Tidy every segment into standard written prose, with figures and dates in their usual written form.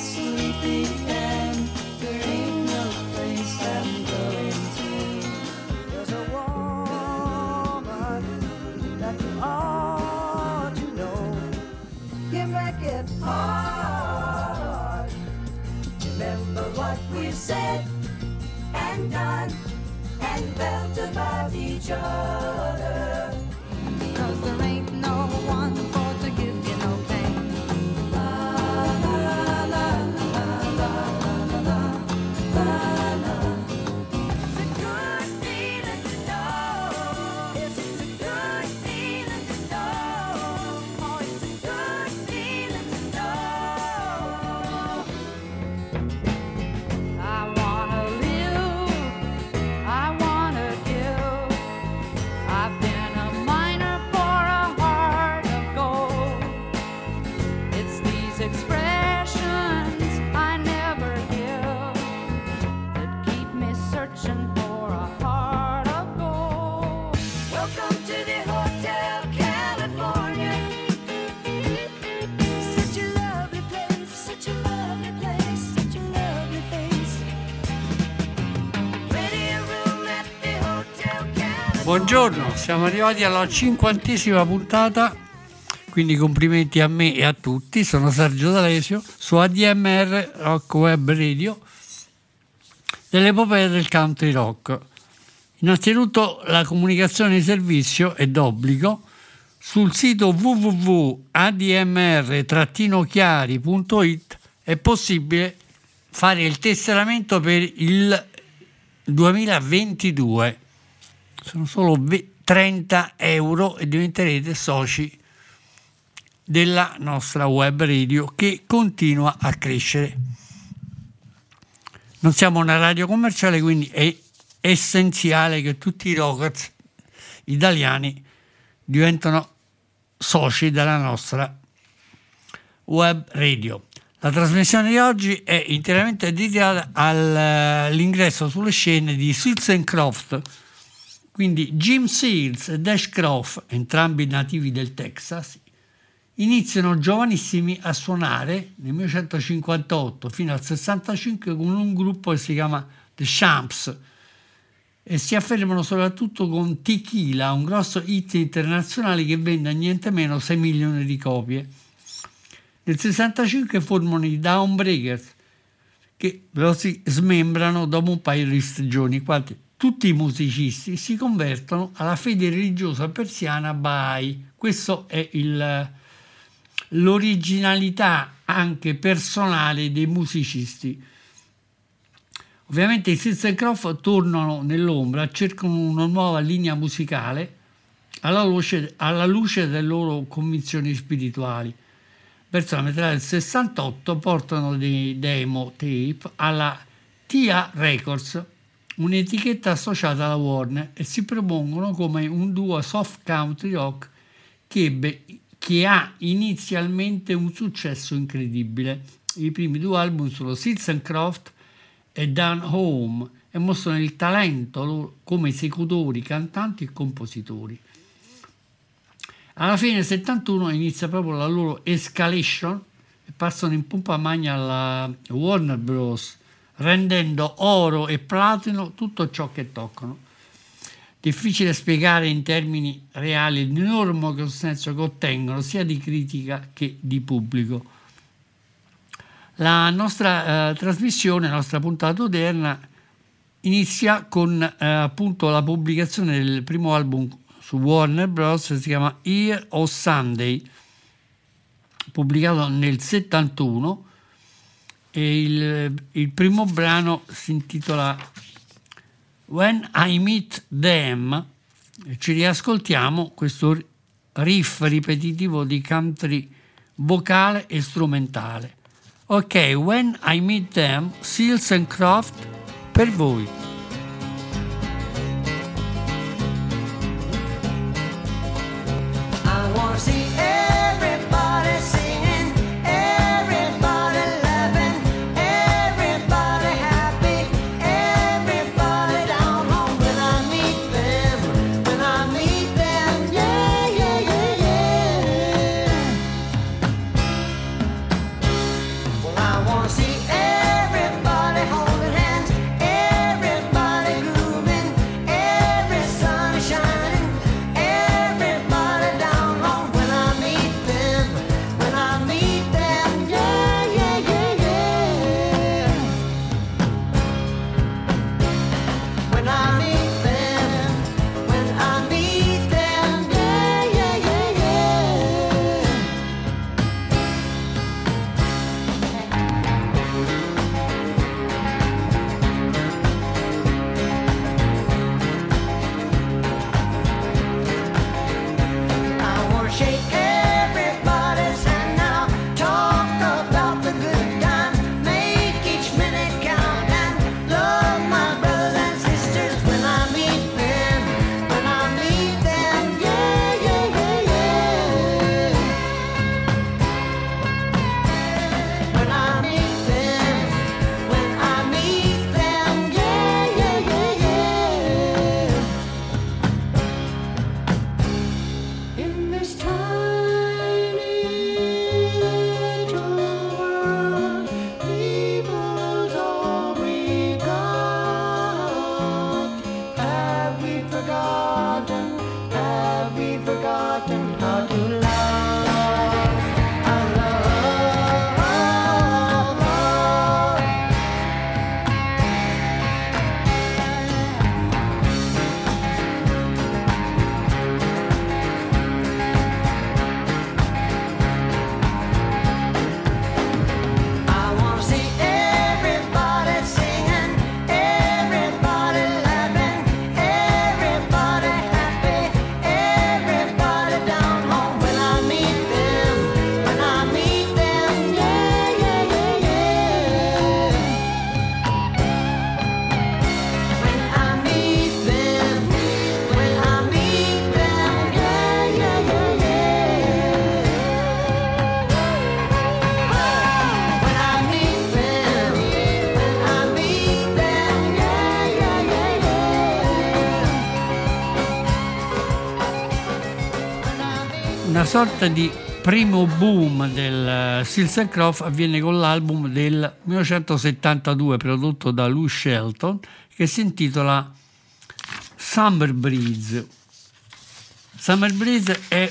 sleepy and there ain't no place I'm going to. There's a woman that you ought to know. You make it hard. Remember what we've said and done and felt about each other. Cause there ain't no one for to give you no pain. La la la la la la la la. It's a good feeling to know. It's a good feeling to know. Oh, it's a good feeling to know. I wanna live, I wanna give. I've been a miner for a heart of gold. It's these expressions I never give that keep me searching for a heart of gold. Welcome to the Hotel California. Such a lovely place, such a lovely place, such a lovely face. Plenty of room at the Hotel California. Buongiorno, siamo arrivati alla 50ª puntata, quindi complimenti a me e a tutti. Sono Sergio D'Alesio su ADMR Rock Web Radio dell'epopea del country rock. Innanzitutto la comunicazione di servizio è d'obbligo. Sul sito www.admr-chiari.it è possibile fare il tesseramento per il 2022. Sono solo 30 euro e diventerete soci della nostra web radio che continua a crescere. Non siamo una radio commerciale, quindi è essenziale che tutti i rockers italiani diventano soci della nostra web radio. La trasmissione di oggi è interamente dedicata all'ingresso sulle scene di Seals and Croft. Quindi Jim Seals e Dash Croft, entrambi nativi del Texas, iniziano giovanissimi a suonare nel 1958 fino al 65 con un gruppo che si chiama The Champs e si affermano soprattutto con Tequila, un grosso hit internazionale che vende a niente meno 6 milioni di copie. Nel 65 formano i Dawnbreakers, che però si smembrano dopo un paio di stagioni, quando tutti i musicisti si convertono alla fede religiosa persiana Bahá'í. Questo è l'originalità anche personale dei musicisti. Ovviamente i Seals and Croft tornano nell'ombra, cercano una nuova linea musicale alla luce delle loro convinzioni spirituali. Verso la metà del 68 portano dei demo tape alla TIA Records, un'etichetta associata alla Warner, e si propongono come un duo soft country rock che ha inizialmente un successo incredibile. I primi due album sono Seals and Croft e Down Home e mostrano il talento loro come esecutori, cantanti e compositori. Alla fine del 71 inizia proprio la loro escalation e passano in pompa magna alla Warner Bros., rendendo oro e platino tutto ciò che toccano. Difficile spiegare in termini reali l'enorme consenso che ottengono sia di critica che di pubblico. La nostra trasmissione, la nostra puntata odierna, inizia con appunto la pubblicazione del primo album su Warner Bros., si chiama Year of Sunday, pubblicato nel 71, e il primo brano si intitola When I Meet Them, e ci riascoltiamo questo riff ripetitivo di country vocale e strumentale. Ok, When I Meet Them, Seals and Croft per voi. I want wanna see everybody holding hands, everybody grooving, every sun is shining, everybody down home when I meet them, when I meet them, yeah, yeah, yeah, yeah. When I meet them, when I meet them, yeah, yeah, yeah, yeah. I wanna shake everybody's hand now, talk about the good times, make each minute count, and love my brothers and sisters when I meet them, when I meet them, yeah, yeah, yeah, yeah. When I meet them, when I meet them, yeah, yeah, yeah, yeah. In this tiny little world, people's all we got. Have we forgotten? Have we forgotten how to love? I love. I wanna see everybody singing, everybody laughing, everybody happy, everybody down home when I meet them, when I meet them, yeah, yeah, yeah, yeah. When I meet them, when I meet them, yeah, yeah, yeah, yeah. When I meet them, when I meet them, yeah, yeah, yeah, yeah. Una sorta di primo boom del Stills and Croft avviene con l'album del 1972 prodotto da Lou Shelton che si intitola Summer Breeze. Summer Breeze è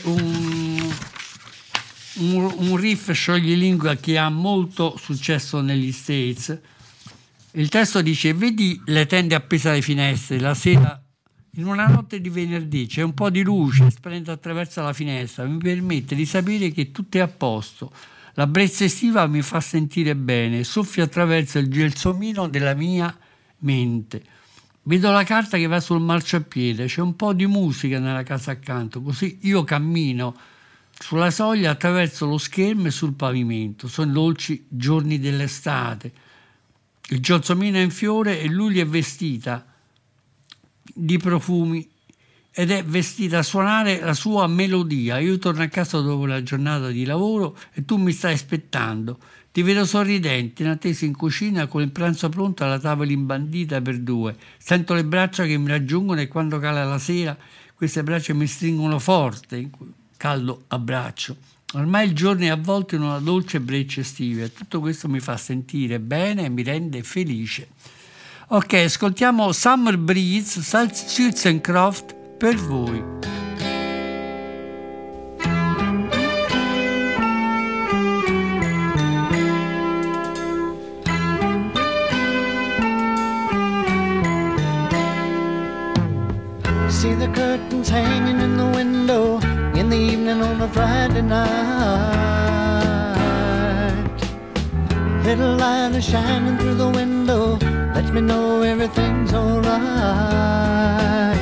un riff scioglilingua che ha molto successo negli States. Il testo dice: vedi le tende appese alle finestre, la sera in una notte di venerdì c'è un po' di luce, splende attraverso la finestra, mi permette di sapere che tutto è a posto. La brezza estiva mi fa sentire bene, soffia attraverso il gelsomino della mia mente. Vedo la carta che va sul marciapiede, c'è un po' di musica nella casa accanto, così io cammino sulla soglia attraverso lo schermo e sul pavimento. Sono dolci giorni dell'estate. Il gelsomino è in fiore e lui è vestita di profumi ed è vestita a suonare la sua melodia. Io torno a casa dopo la giornata di lavoro e tu mi stai aspettando. Ti vedo sorridente, in attesa in cucina con il pranzo pronto alla tavola imbandita per due. Sento le braccia che mi raggiungono e quando cala la sera queste braccia mi stringono forte in caldo abbraccio. Ormai il giorno è avvolto in una dolce breccia estiva e tutto questo mi fa sentire bene e mi rende felice. Ok, ascoltiamo Summer Breeze, Stills and Croft per voi. See the curtains hanging in the window in the evening on a Friday night. Little light is shining through the window, lets me know everything's alright.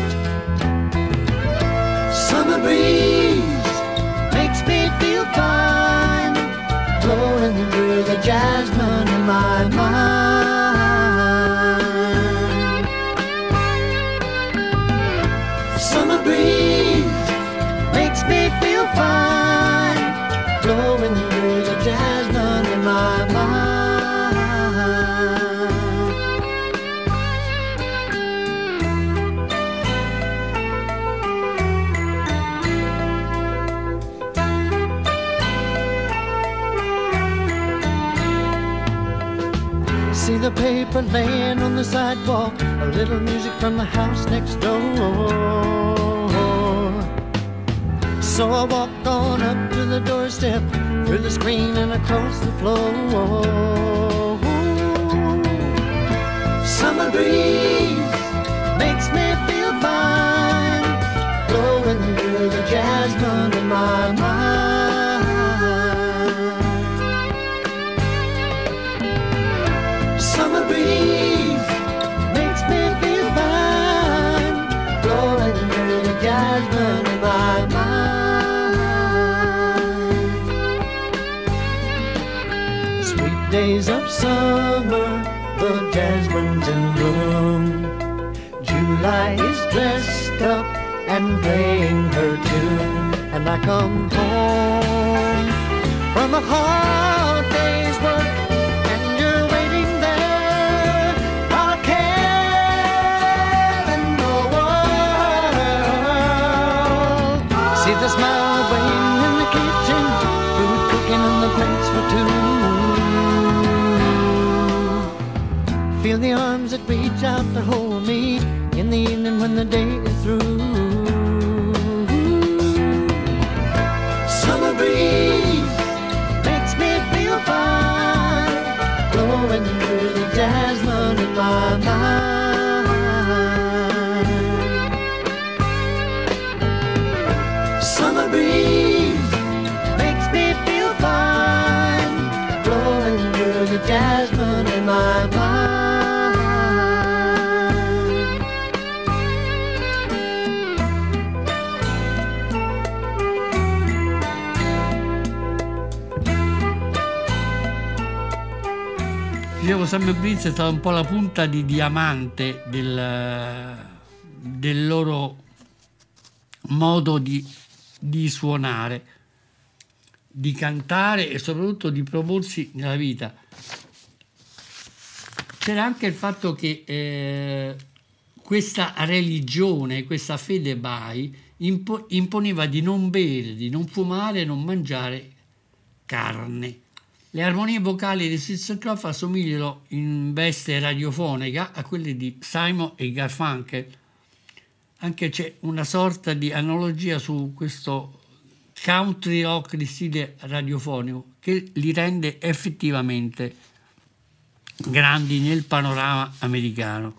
Summer breeze makes me feel fine, blowing through the jasmine in my mind. Summer breeze makes me feel fine, blowing through the jasmine in my mind. See the paper laying on the sidewalk, a little music from the house next door. So I walked on up to the doorstep, through the screen and across the floor. Summer breeze makes me feel fine, blowing through the jasmine in my mind. Summer breeze makes me feel fine, blowing through the jasmine in my mind. Sweet days of summer, the jasmine's in bloom. July is dressed up and playing her tune, and I come home from a hard day's work, and you're waiting there, not caring the world. See the smile waiting in the kitchen, food cooking on the plates for two. Feel the arms that reach out to hold me in the evening when the day is through. Summer breeze makes me feel fine, blowing through the jasmine in my mind. Summer breeze makes me feel fine, blowing through the jasmine in my mind. Dicevo, Summer Breeze è stata un po' la punta di diamante del loro modo di suonare, di cantare e soprattutto di proporsi nella vita. C'era anche il fatto che questa religione, questa fede Bahá'í imponeva di non bere, di non fumare, non mangiare carne. Le armonie vocali di Sister Croft assomigliano in veste radiofonica a quelle di Simon e Garfunkel. Anche c'è una sorta di analogia su questo country rock di stile radiofonico che li rende effettivamente grandi nel panorama americano.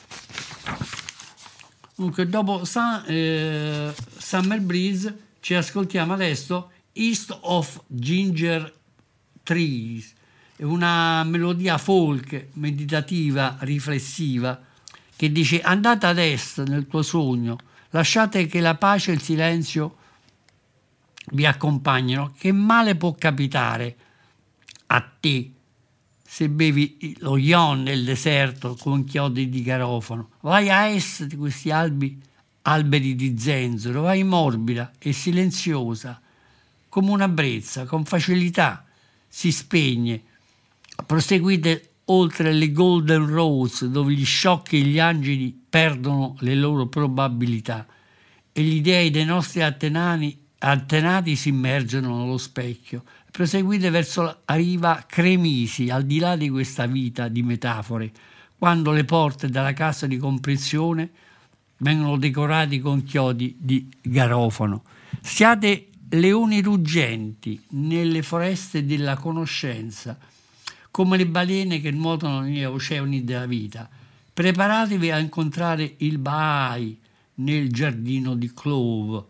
Dunque, dopo Summer Breeze ci ascoltiamo adesso East of Ginger Trees, è una melodia folk, meditativa, riflessiva, che dice: andate ad est nel tuo sogno, lasciate che la pace e il silenzio vi accompagnino. Che male può capitare a te se bevi lo ion nel deserto con chiodi di garofano? Vai a est di questi alberi di zenzero, vai morbida e silenziosa come una brezza, con facilità si spegne. Proseguite oltre le Golden Roads, dove gli sciocchi e gli angeli perdono le loro probabilità e gli dei dei nostri antenati si immergono nello specchio. Proseguite verso la riva Cremisi, al di là di questa vita di metafore, quando le porte della casa di comprensione vengono decorate con chiodi di garofano. Siate leoni ruggenti nelle foreste della conoscenza, come le balene che nuotano negli oceani della vita. Preparatevi a incontrare il Bahá'í nel giardino di Clove.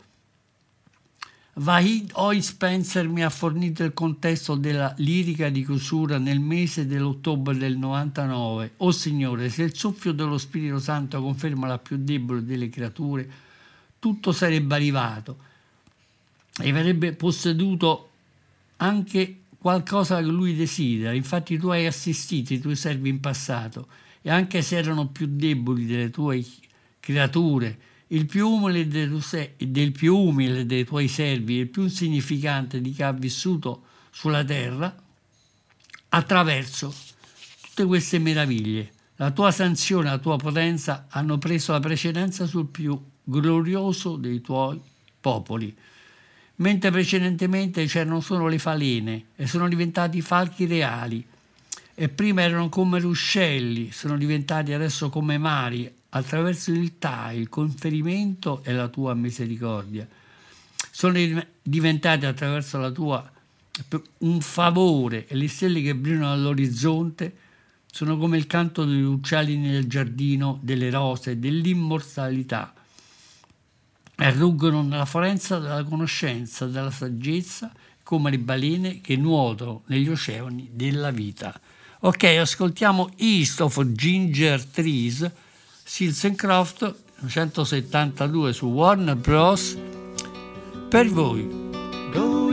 Vahid Oy Spencer mi ha fornito il contesto della lirica di chiusura nel mese dell'ottobre del 99. Oh Signore, se il soffio dello Spirito Santo conferma la più debole delle creature, tutto sarebbe arrivato e avrebbe posseduto anche qualcosa che lui desidera. Infatti tu hai assistito i tuoi servi in passato, e anche se erano più deboli delle tue creature, il più umile dei tuoi servi, il più insignificante di chi ha vissuto sulla terra, attraverso tutte queste meraviglie, la tua sanzione e la tua potenza hanno preso la precedenza sul più glorioso dei tuoi popoli. Mentre precedentemente c'erano solo le falene e sono diventati falchi reali, e prima erano come ruscelli, sono diventati adesso come mari, attraverso il conferimento e la tua misericordia. Sono diventati attraverso la tua un favore, e le stelle che brillano all'orizzonte sono come il canto degli uccelli nel giardino, delle rose, dell'immortalità. E ruggono nella forenza della conoscenza, della saggezza, come le balene che nuotano negli oceani della vita. Ok, ascoltiamo East of Ginger Trees, Seals & Croft, 1972 su Warner Bros. Per voi. Go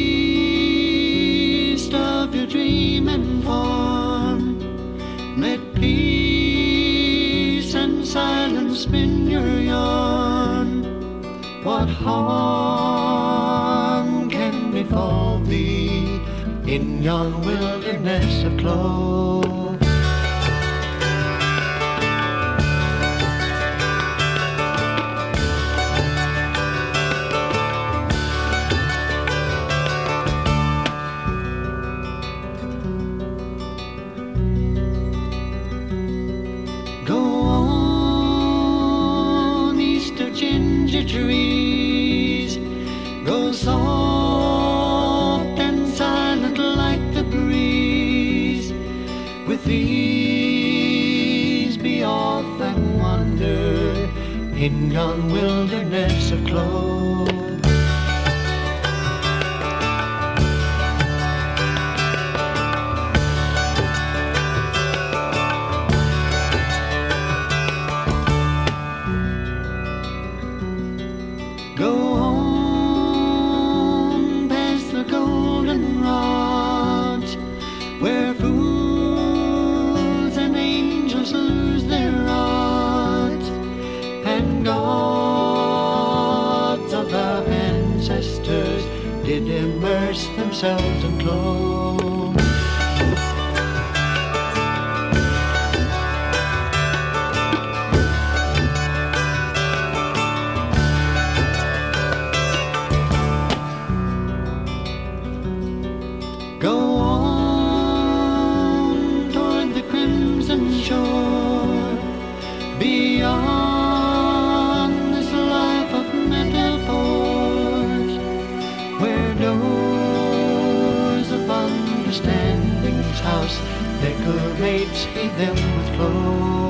east of your dreaming farm. Let peace and silence spin your yarn. What harm can befall thee in yon wilderness of clove? Trees go soft and silent like the breeze. With these be off and wander in yon wilderness of clove. Immerse themselves in clothes. Go on toward the crimson shore, beyond this life of metaphors, where doors of understanding's house decorates feed them with clothes.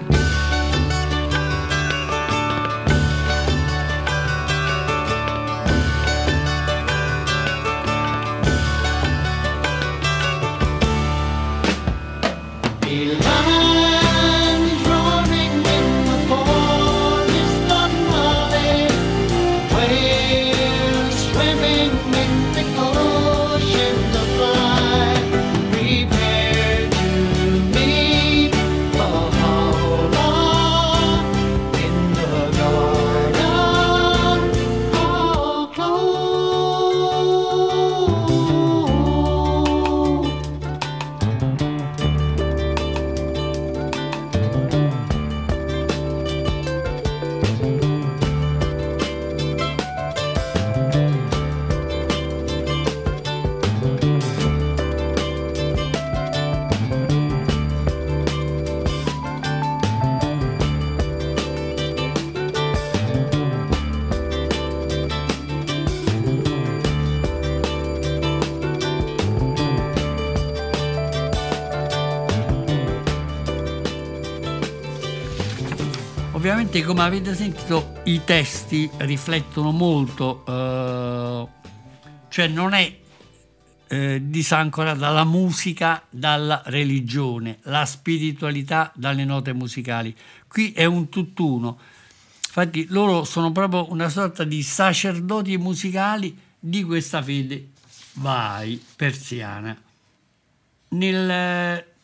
Ovviamente, come avete sentito, i testi riflettono molto, cioè non è disancorata dalla musica, dalla religione, la spiritualità dalle note musicali. Qui è un tutt'uno. Infatti loro sono proprio una sorta di sacerdoti musicali di questa fede Bahá'í persiana. Nel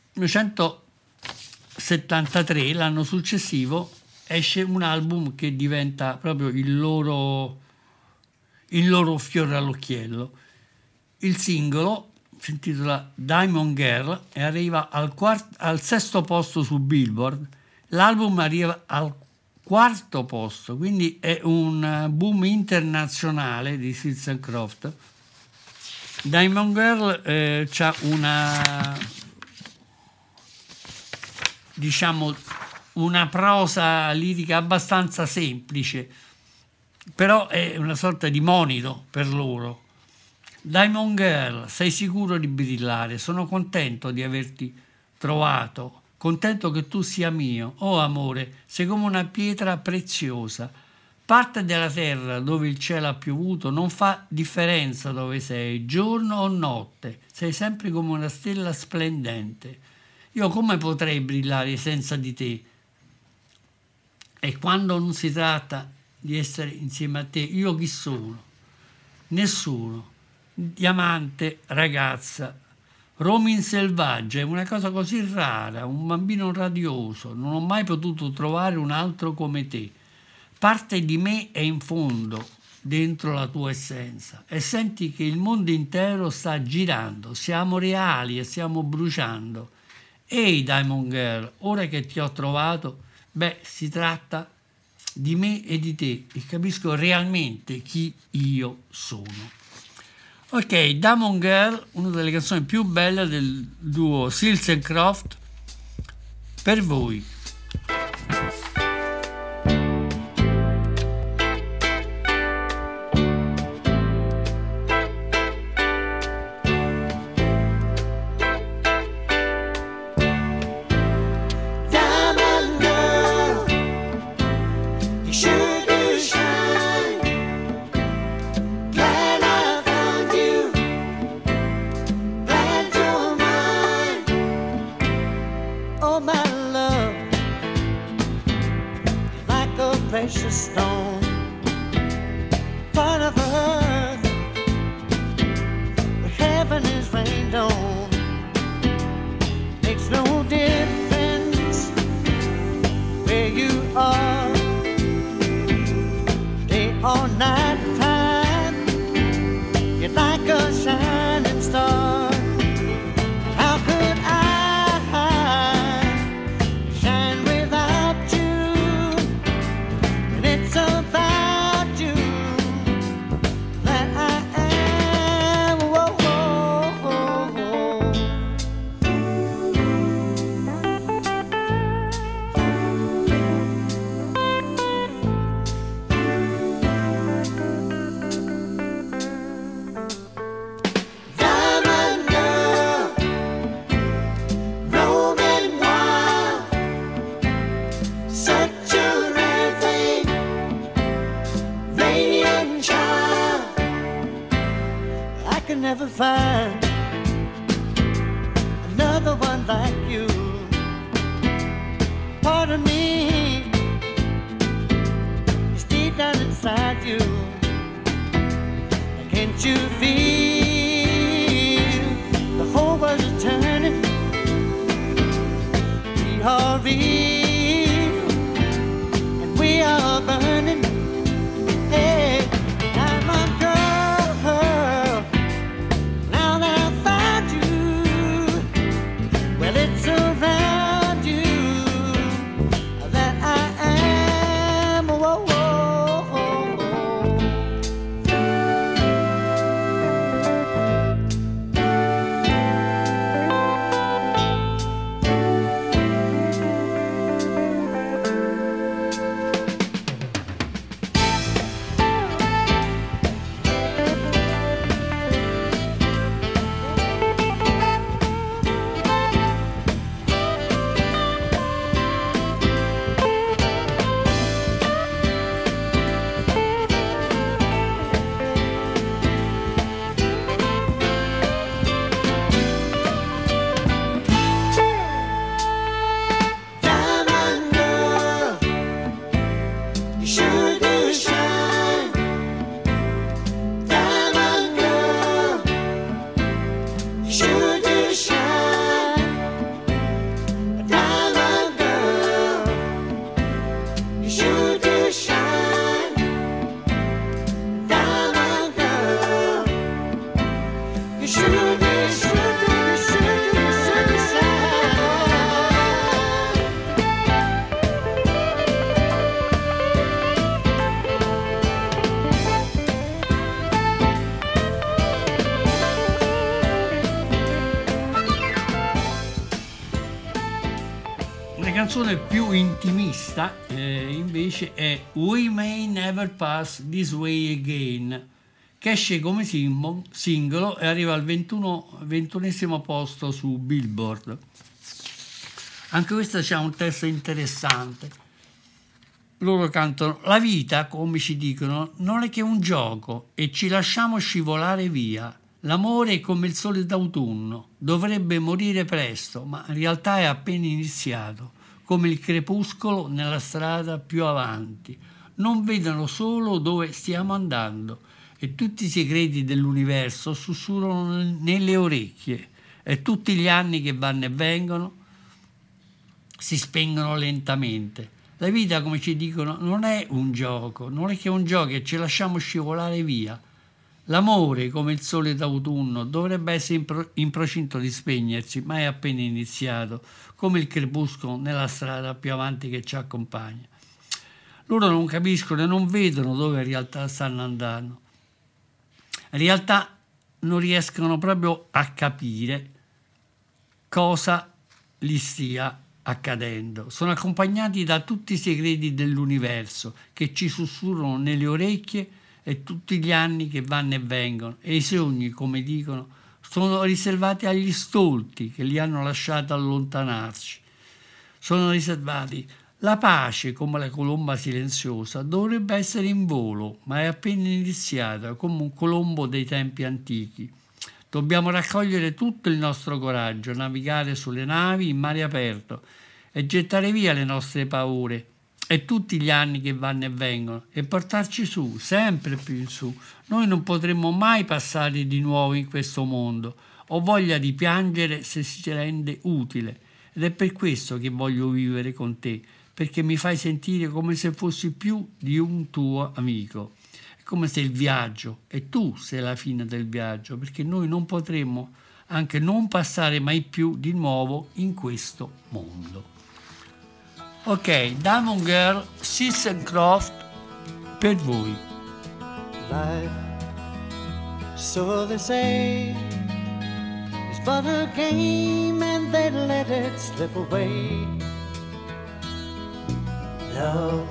1973, l'anno successivo, esce un album che diventa proprio il loro fiore all'occhiello. Il singolo si intitola Diamond Girl e arriva al sesto posto su Billboard. L'album arriva al quarto posto, quindi è un boom internazionale di Seals & Croft. Diamond Girl c'ha diciamo, una prosa lirica abbastanza semplice, però è una sorta di monito per loro. Diamond Girl, sei sicuro di brillare? Sono contento di averti trovato, contento che tu sia mio. Oh amore, sei come una pietra preziosa. Parte della terra dove il cielo ha piovuto, non fa differenza dove sei, giorno o notte, sei sempre come una stella splendente. Io come potrei brillare senza di te? E quando non si tratta di essere insieme a te, io chi sono? Nessuno. Diamante, ragazza, roaming selvaggia, è una cosa così rara, un bambino radioso, non ho mai potuto trovare un altro come te. Parte di me è in fondo, dentro la tua essenza, e senti che il mondo intero sta girando, siamo reali e stiamo bruciando. Ehi Diamond Girl, ora che ti ho trovato, si tratta di me e di te e capisco realmente chi io sono. Ok, Diamond Girl, una delle canzoni più belle del duo Seals and Croft, per voi. Precious stone, part of earth where heaven is rained on. Makes no difference where you are, day or night time. You're like a shining star. How could I shine without you? It's about you that I am. Whoa, whoa, whoa, whoa. Diamond girl, roaming wild, such a rare thing. Radiant child, I can never find another one like you. Part of me is deep down inside you. Can't you feel the whole world is turning? We are real and we are burning. Hey, Diamond Girl, now that I found you, well, it's around you that I am. Whoa, whoa, whoa, whoa. La canzone più intimista invece è We May Never Pass This Way Again, che esce come singolo e arriva al 21esimo posto su Billboard. Anche questo c'è un testo interessante. Loro cantano: la vita, come ci dicono, non è che un gioco e ci lasciamo scivolare via. L'amore è come il sole d'autunno, dovrebbe morire presto, ma in realtà è appena iniziato, come il crepuscolo nella strada più avanti. Non vedono solo dove stiamo andando e tutti i segreti dell'universo sussurrano nelle orecchie e tutti gli anni che vanno e vengono si spengono lentamente. La vita, come ci dicono, non è un gioco, non è che un gioco e ci lasciamo scivolare via. L'amore, come il sole d'autunno, dovrebbe essere in procinto di spegnersi, ma è appena iniziato, come il crepuscolo nella strada più avanti che ci accompagna. Loro non capiscono e non vedono dove in realtà stanno andando. In realtà non riescono proprio a capire cosa gli stia accadendo. Sono accompagnati da tutti i segreti dell'universo che ci sussurrano nelle orecchie e tutti gli anni che vanno e vengono, e i sogni, come dicono, sono riservati agli stolti che li hanno lasciati allontanarci. Sono riservati. La pace, come la colomba silenziosa, dovrebbe essere in volo, ma è appena iniziata, come un colombo dei tempi antichi. Dobbiamo raccogliere tutto il nostro coraggio, navigare sulle navi in mare aperto e gettare via le nostre paure e tutti gli anni che vanno e vengono e portarci su, sempre più in su. Noi non potremmo mai passare di nuovo in questo mondo. Ho voglia di piangere se si rende utile ed è per questo che voglio vivere con te, perché mi fai sentire come se fossi più di un tuo amico. È come se il viaggio e tu sei la fine del viaggio, perché noi non potremmo anche non passare mai più di nuovo in questo mondo. Ok, Diamond Girl, Thistlecroft per voi. Life, so they say, is but a game and they let it slip away. Love,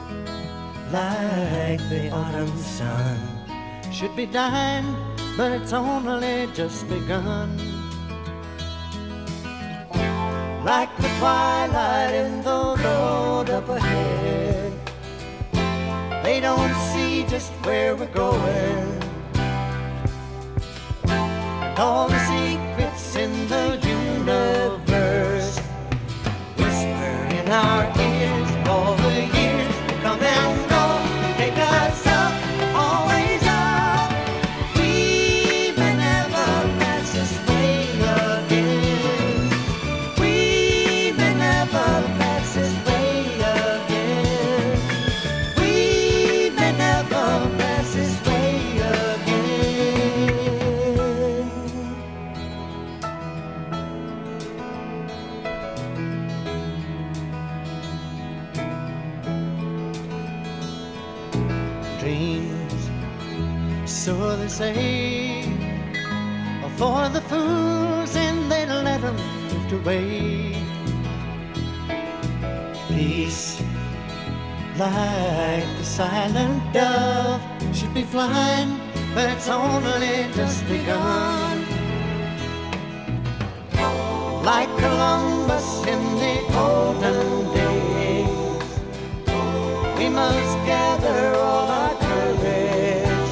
like the autumn sun, should be dying, but it's only just begun. Like the twilight in the road up ahead, they don't see just where we're going. All the secrets in the universe whisper in our ears. All the years will come and go, take us up, always up. We may never pass this way again. We may never pass this way again. We may never pass this way again. Dreams, so they say, are for the fools and they let them drift away. Peace, like the silent dove, should be flying, but it's only just begun. Like Columbus in the olden days, we must gather all our courage,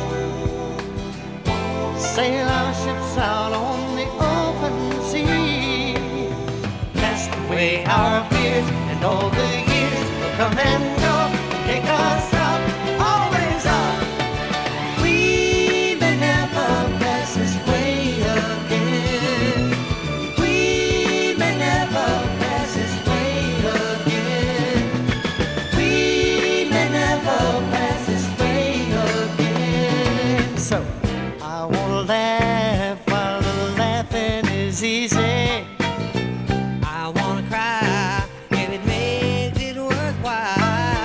sail our ships out on the open sea, cast away our fears, and all the years will come and go, take us up, always up. We may never pass this way again. We may never pass this way again. We may never pass this way again. So I won't laugh while the laughing is easy. I wanna cry if it makes it worthwhile.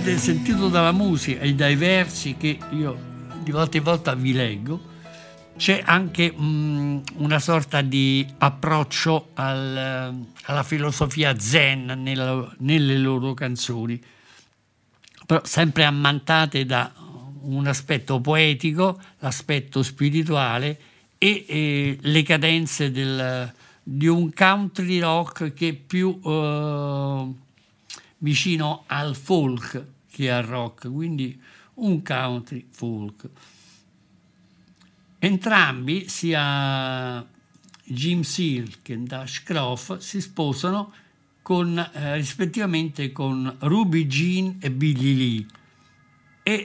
avete sentito dalla musica e dai versi che io di volta in volta vi leggo, c'è anche una sorta di approccio alla filosofia zen nelle loro canzoni, però sempre ammantate da un aspetto poetico, l'aspetto spirituale e le cadenze di un country rock che è più vicino al folk che al rock, quindi un country folk. Entrambi, sia Jim Seal che Dash Croft, si sposano rispettivamente con Ruby Jean e Billy Lee, e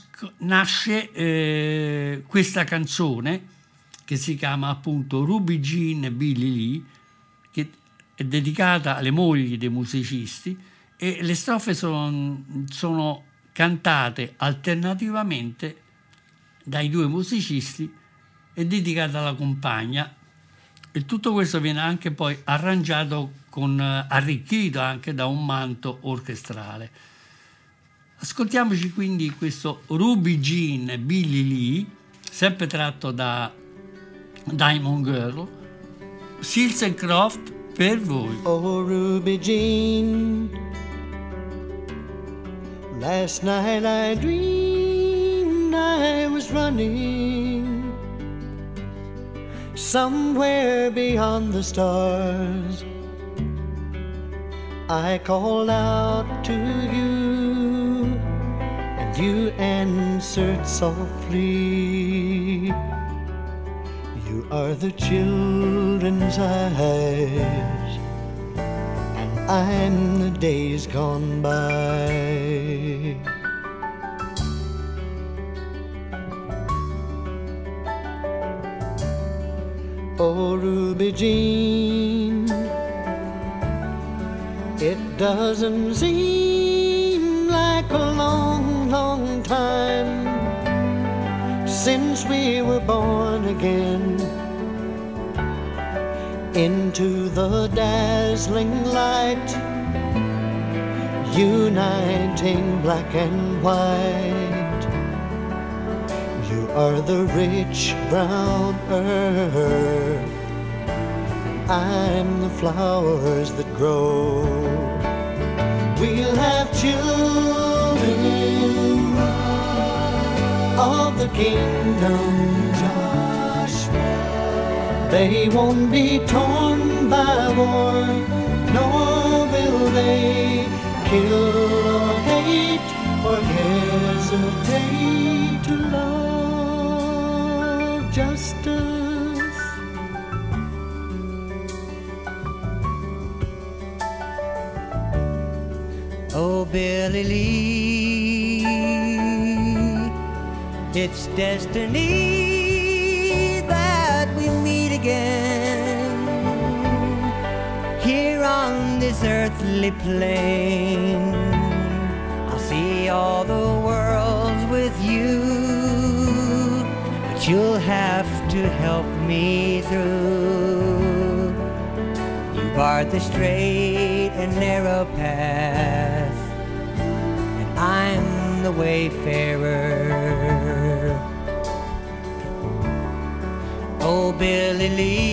nasce questa canzone che si chiama appunto Ruby Jean e Billy Lee, che è dedicata alle mogli dei musicisti, e le strofe sono cantate alternativamente dai due musicisti e dedicata alla compagna, e tutto questo viene anche poi arrangiato arricchito anche da un manto orchestrale. Ascoltiamoci quindi questo Ruby Jean e Billy Lee, sempre tratto da Diamond Girl, Seals and Croft per voi. Oh, Ruby Jean, last night I dreamed I was running somewhere beyond the stars. I called out to you, and you answered softly. You are the children's eyes, and I'm the days gone by. Oh, Ruby Jean, it doesn't seem like a long, long time since we were born again into the dazzling light, uniting black and white. You are the rich brown earth, I'm the flowers that grow. We'll have children of the kingdom, Joshua. They won't be torn by war, nor will they kill or hate or hesitate to love justice. Oh, Billy Lee, it's destiny that we meet again here on this earthly plane. I'll see all the worlds with you, but you'll have to help me through. You barred the straight and narrow path, and I'm the wayfarer. Oh, Billy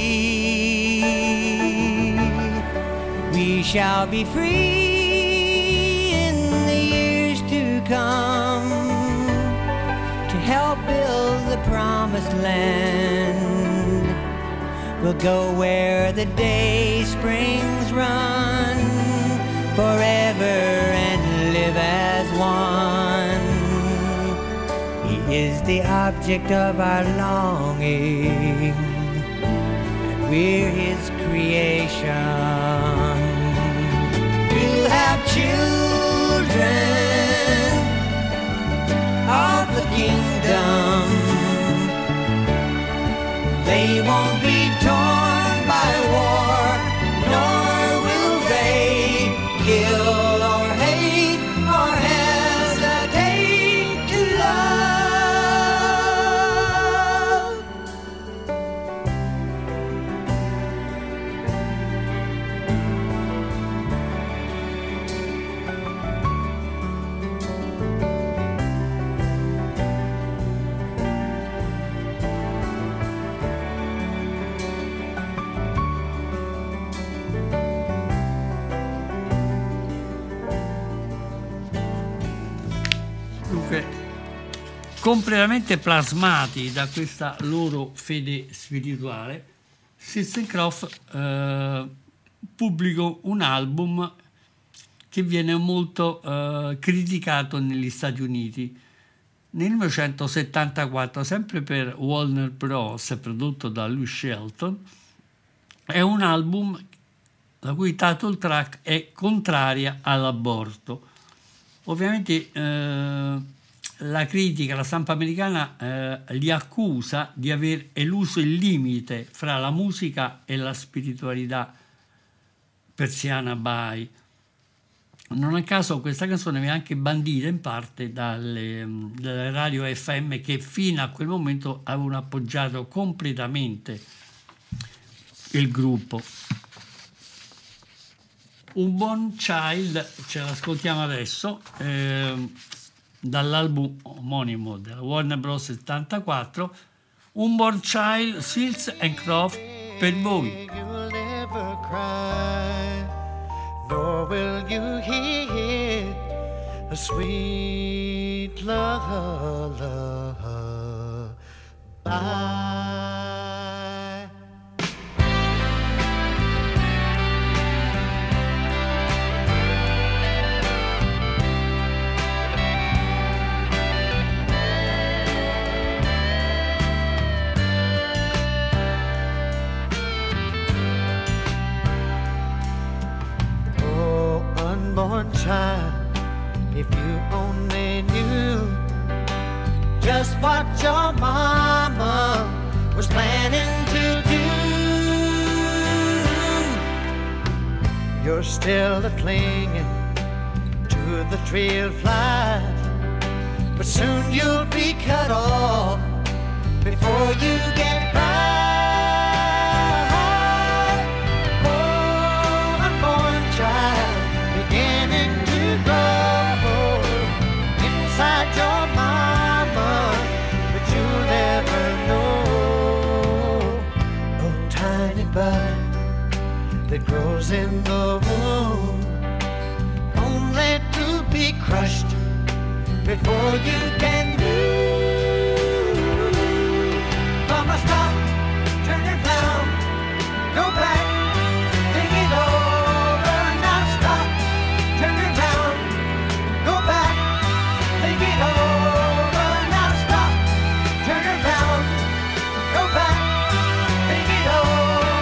Lee, we shall be free in the years to come to help build the promised land. We'll go where the day springs run forever and live as one. He is the object of our longing, and we're his creation. We'll have children of the kingdom. They won't be torn by war, nor will they kill or hate or hesitate to love. completamente plasmati da questa loro fede spirituale, Seals and Crofts pubblicò un album che viene molto criticato negli Stati Uniti. Nel 1974, sempre per Warner Bros., prodotto da Lou Shelton, è un album la cui title track è contraria all'aborto. Ovviamente la critica, la stampa americana li accusa di aver eluso il limite fra la musica e la spiritualità persiana Bahá'í. Non a caso questa canzone viene anche bandita in parte dalle radio FM che fino a quel momento avevano appoggiato completamente il gruppo. Unborn Child ce l'ascoltiamo adesso dall'album omonimo della Warner Bros. 74, Unborn Child, Seals and Crofts per voi. You'll never cry, nor will you hear a sweet lullaby. Unborn child, if you only knew just what your mama was planning to do. You're still clinging to the tree of life, but soon you'll be cut off before you get by. That grows in the womb, only to be crushed before you can move. Mama, stop, turn around, go back, think it over. Now stop, turn around, go back, think it over. Now stop, turn around, go back, think it over.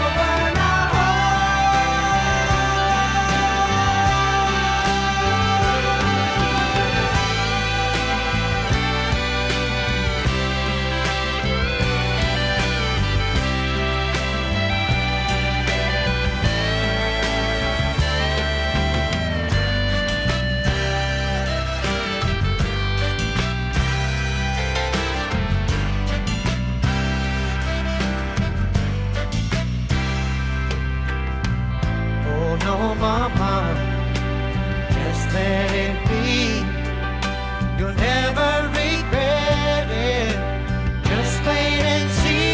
No, mama, just let it be. You'll never regret it. Just wait and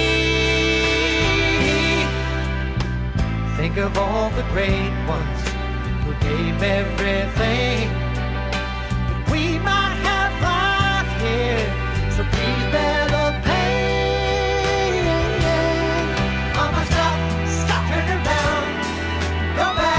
see. Think of all the great ones who gave everything that we might have life here. So please bear the pain. Mama, stop, turn around, go back.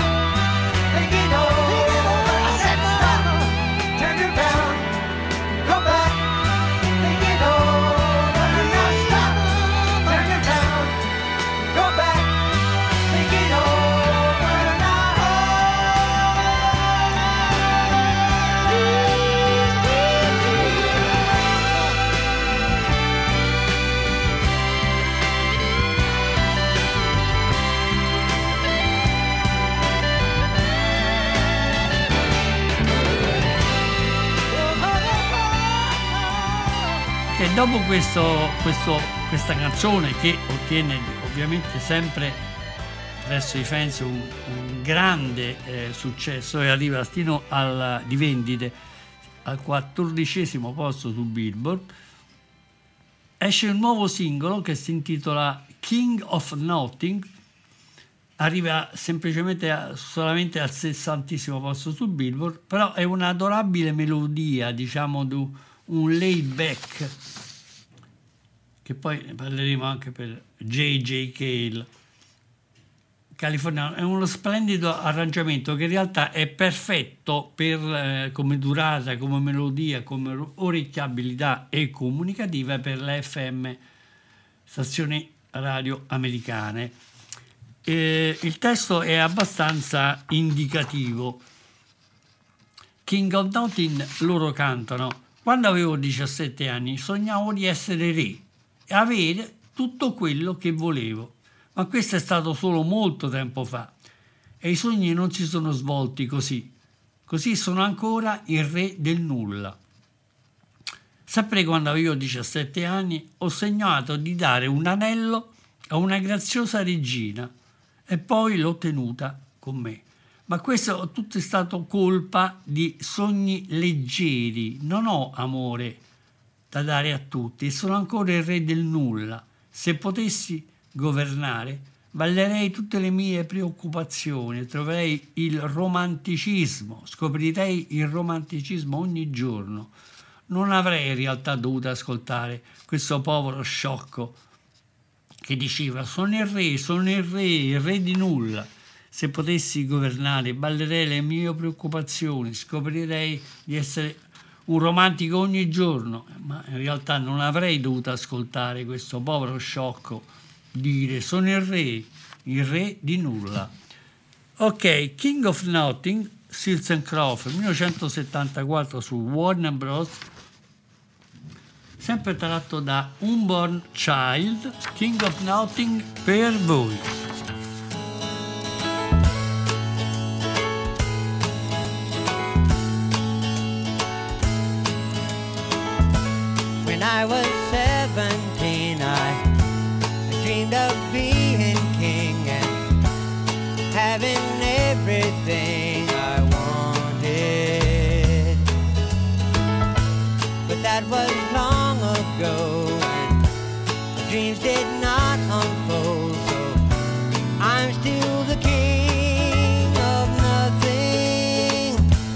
E dopo questa canzone che ottiene ovviamente sempre presso i fans un grande successo e arriva fino di vendite al 14° posto su Billboard, esce un nuovo singolo che si intitola King of Nothing, arriva semplicemente solamente al 60° posto su Billboard, però è un'adorabile melodia, diciamo, un laid back, che poi ne parleremo anche per J.J. Cale, californiano. È uno splendido arrangiamento che in realtà è perfetto per, come durata, come melodia, come orecchiabilità e comunicativa per le FM, stazioni radio americane. Il testo è abbastanza indicativo. King of Nothing, loro cantano: quando avevo 17 anni sognavo di essere re e avere tutto quello che volevo, ma questo è stato solo molto tempo fa e i sogni non si sono svolti così. Così sono ancora il re del nulla. Sempre quando avevo 17 anni ho sognato di dare un anello a una graziosa regina e poi l'ho tenuta con me. Ma questo tutto è stato colpa di sogni leggeri. Non ho amore da dare a tutti e sono ancora il re del nulla. Se potessi governare, ballerei tutte le mie preoccupazioni, troverei il romanticismo, scoprirei il romanticismo ogni giorno. Non avrei in realtà dovuto ascoltare questo povero sciocco che diceva: sono il re di nulla. Se potessi governare, ballerei le mie preoccupazioni, scoprirei di essere un romantico ogni giorno. Ma in realtà non avrei dovuto ascoltare questo povero sciocco dire: sono il re di nulla. Ok, King of Nothing, Seals and Crawford, 1974 su Warner Bros., sempre tratto da Unborn Child, King of Nothing per voi. When I was 17, I dreamed of being king and having everything I wanted. But that was long ago and the dreams did not unfold, so I'm still the king of nothing.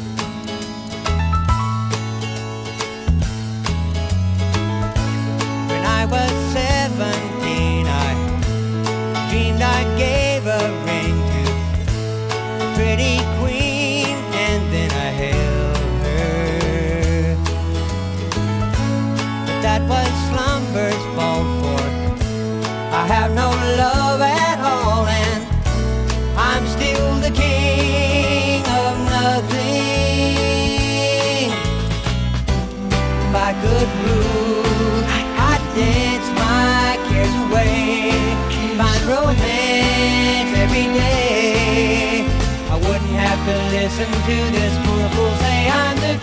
When I was 17, I dreamed I gave a ring to a pretty queen and then I held her. But that was slumber's fault, for I have no love at all and I'm still the king of nothing. If I could rule, I'd dance my cares away, find romance every day. I wouldn't have to listen to this poor fool say I'm the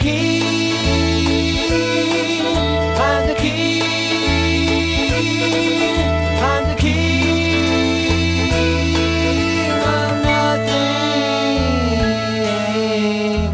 king, I'm the king, I'm the king of nothing.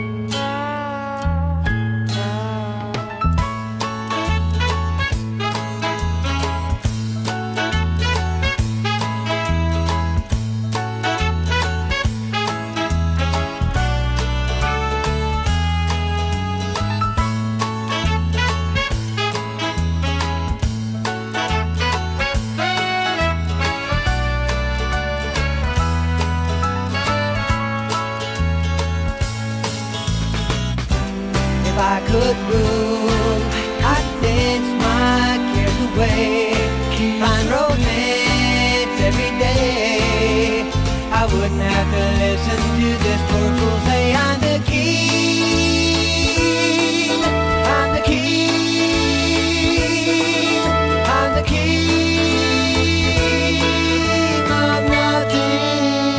If I could rule, I'd dance my cares away, find romance every day. I wouldn't have to listen to this poor fool say I'm the king, I'm the king, I'm the king of nothing.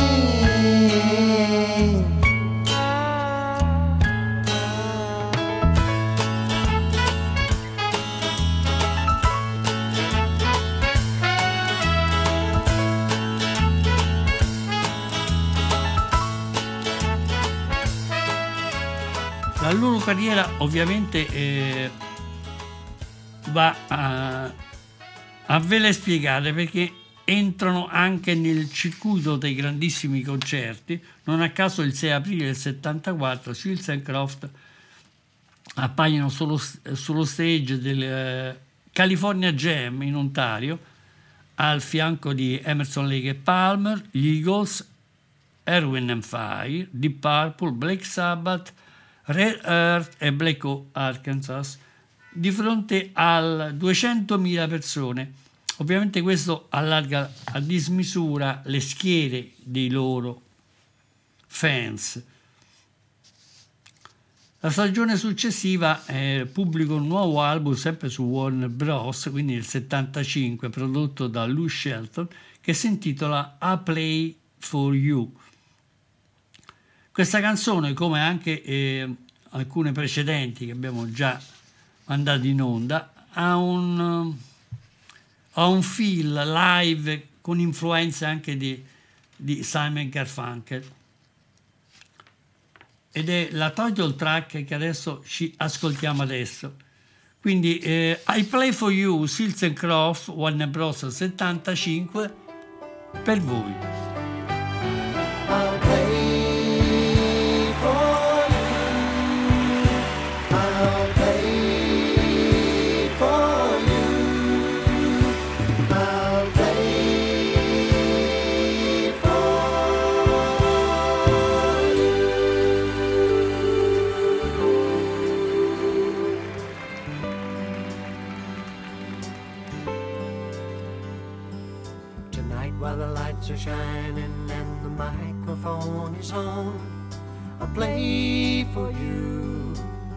La loro carriera ovviamente va a ve le spiegare, perché entrano anche nel circuito dei grandissimi concerti. Non a caso il 6 aprile del 74 Seals and Crawford appaiono sullo stage del California Jam in Ontario, al fianco di Emerson, Lake e Palmer, gli Eagles, Erwin and Fire, Deep Purple, Black Sabbath, Red Earth e Black Arkansas, di fronte a 200.000 persone. Ovviamente questo allarga a dismisura le schiere dei loro fans. La stagione successiva pubblica un nuovo album sempre su Warner Bros., quindi nel 75, prodotto da Lou Shelton, che si intitola A Play for You. Questa canzone, come anche alcune precedenti che abbiamo già mandato in onda, ha un feel live con influenze anche di Simon Garfunkel, ed è la title track che adesso ci ascoltiamo adesso. Quindi I Play for You, Seals and Crofts, Warner Bros. 75, per voi. I'll play for you. I'll play for you. I'll play for you. Tonight while the lights are shining and the microphone is on, I'll play for you.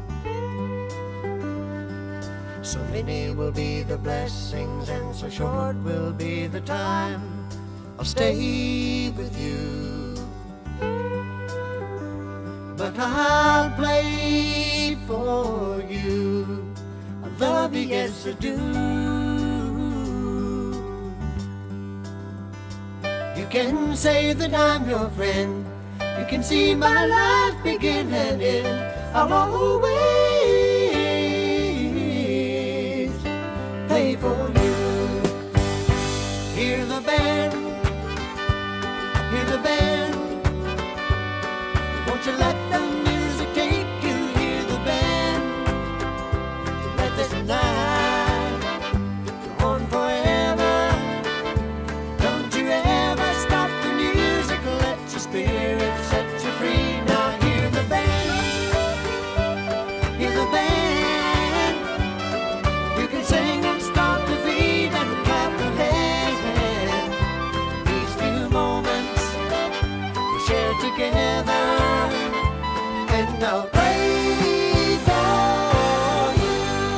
So many will be the blessings and so short will be the time I'll stay with you. But I'll play for you. I love you, yes I do. You can say that I'm your friend. You can see my life begin and end. I'll always play for you. Hear the band, hear the band. Won't you let the music take you? Hear the band. Let this night go on forever. Don't you ever stop the music. Let your spirit set you free. Now hear the band. Hear the band. You can sing and stomp the feet and clap your hands. These few moments we share together, and I'll pray for you.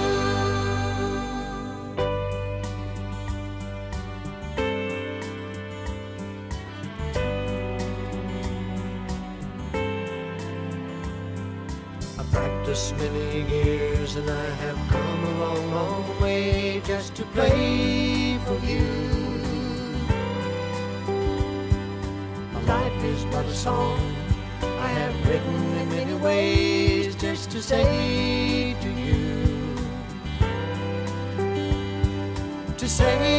I've practiced many years and I have come a long, long way just to play for you. My life is but a song I have written in many ways just to say to you. To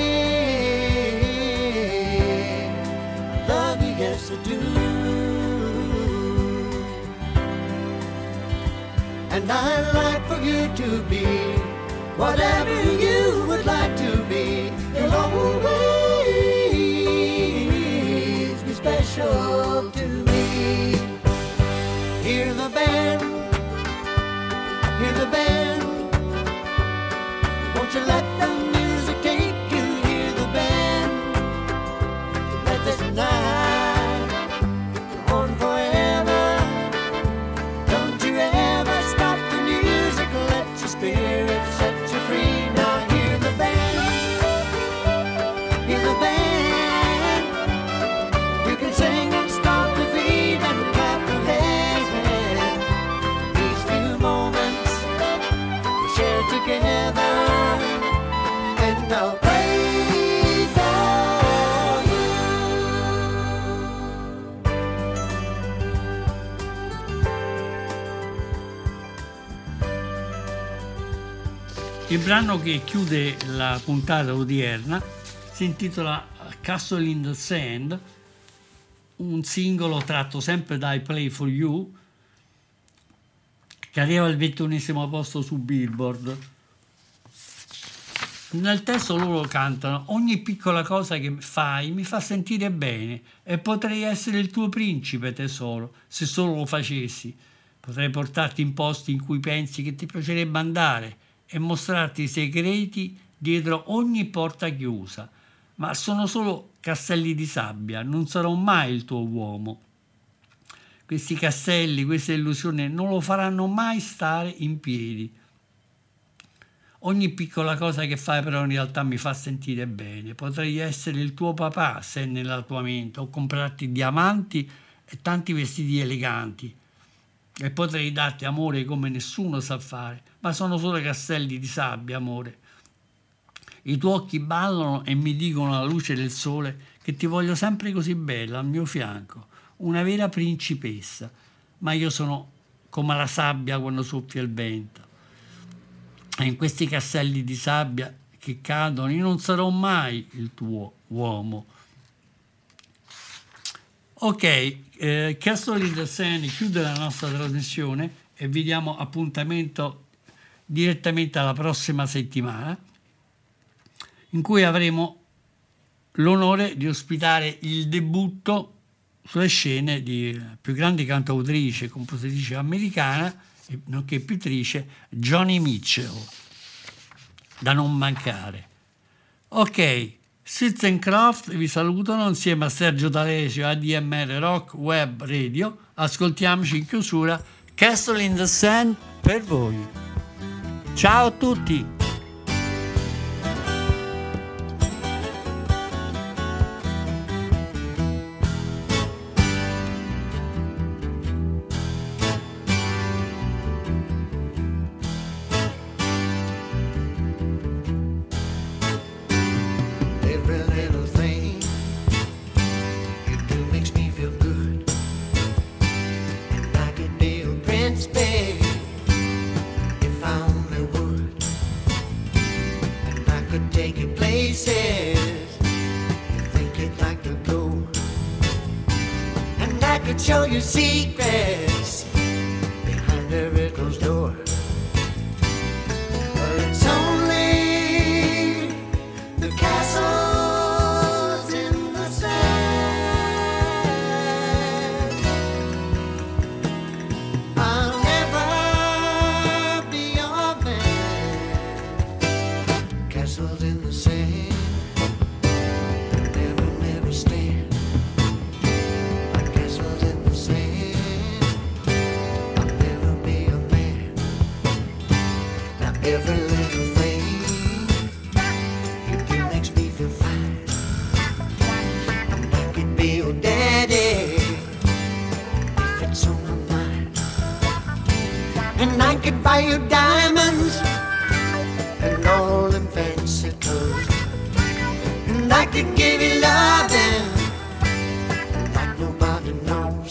say I love you, yes I do. And I'd like for you to be whatever you would like to be. You'll always be special to me. Hear the band, hear the band. Won't you let the music take you? Hear the band. Let this night go on forever. Don't you ever stop the music. Let your spirit set you free. Now hear the band, hear the band. You can sing and stomp the feet and clap your hands. These few moments we share together, and I'll pray for you. Il brano che chiude la puntata odierna si intitola Castle in the Sand, un singolo tratto sempre da I Play for You, che arriva al 21° posto su Billboard. Nel testo loro cantano: ogni piccola cosa che fai mi fa sentire bene e potrei essere il tuo principe, tesoro, se solo lo facessi. Potrei portarti in posti in cui pensi che ti piacerebbe andare e mostrarti i segreti dietro ogni porta chiusa. Ma sono solo castelli di sabbia, non sarò mai il tuo uomo. Questi castelli, queste illusioni non lo faranno mai stare in piedi. Ogni piccola cosa che fai però in realtà mi fa sentire bene. Potrei essere il tuo papà se è nella tua mente, o comprarti diamanti e tanti vestiti eleganti. E potrei darti amore come nessuno sa fare, ma sono solo castelli di sabbia, amore. I tuoi occhi ballano e mi dicono alla luce del sole che ti voglio sempre così bella al mio fianco, una vera principessa, ma io sono come la sabbia quando soffia il vento. E in questi castelli di sabbia che cadono io non sarò mai il tuo uomo. Ok, Castle in the Sand chiude la nostra trasmissione e vi diamo appuntamento direttamente alla prossima settimana, in cui avremo l'onore di ospitare il debutto sulle scene di più grande cantautrice e compositrice americana, nonché pittrice, Joni Mitchell, da non mancare. Ok, Seals and Crofts vi salutano insieme a Sergio D'Alesio e ADMR Rock Web Radio. Ascoltiamoci in chiusura Castle in the Sand per voi. Ciao a tutti! Every little thing you do makes me feel good. And I could be a prince, babe, if I only would. And I could take you places you think you'd like to go. And I could show you secrets behind every closed door. But it's only the castles in the sand. I'll never be your man. Castles in the sand, never, never stand. Like castles in the sand, I'll never be a man. Now every little thing you do makes me feel fine. And I could be your daddy if it's on my mind. And I could buy you diamonds and all them fancy clothes. And I could give you loving like nobody knows.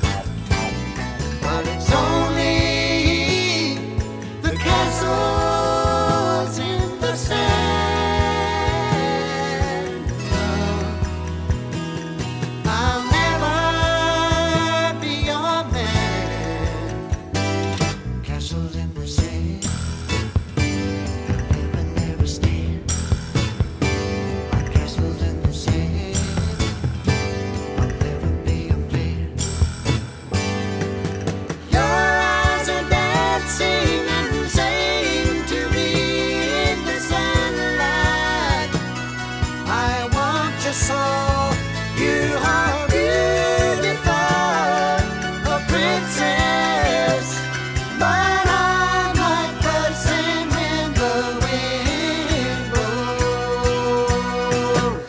But it's only the castles in the sand. I'll never be your man. Castles in the sand, I'll never, never stand. Like castles in the sand, I'll never be a man. Your eyes are dancing and saying to me in the sunlight, I want you so. You are beautiful, a princess, but I'm like the sand when the wind blows.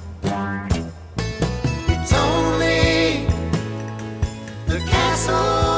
It's only the castle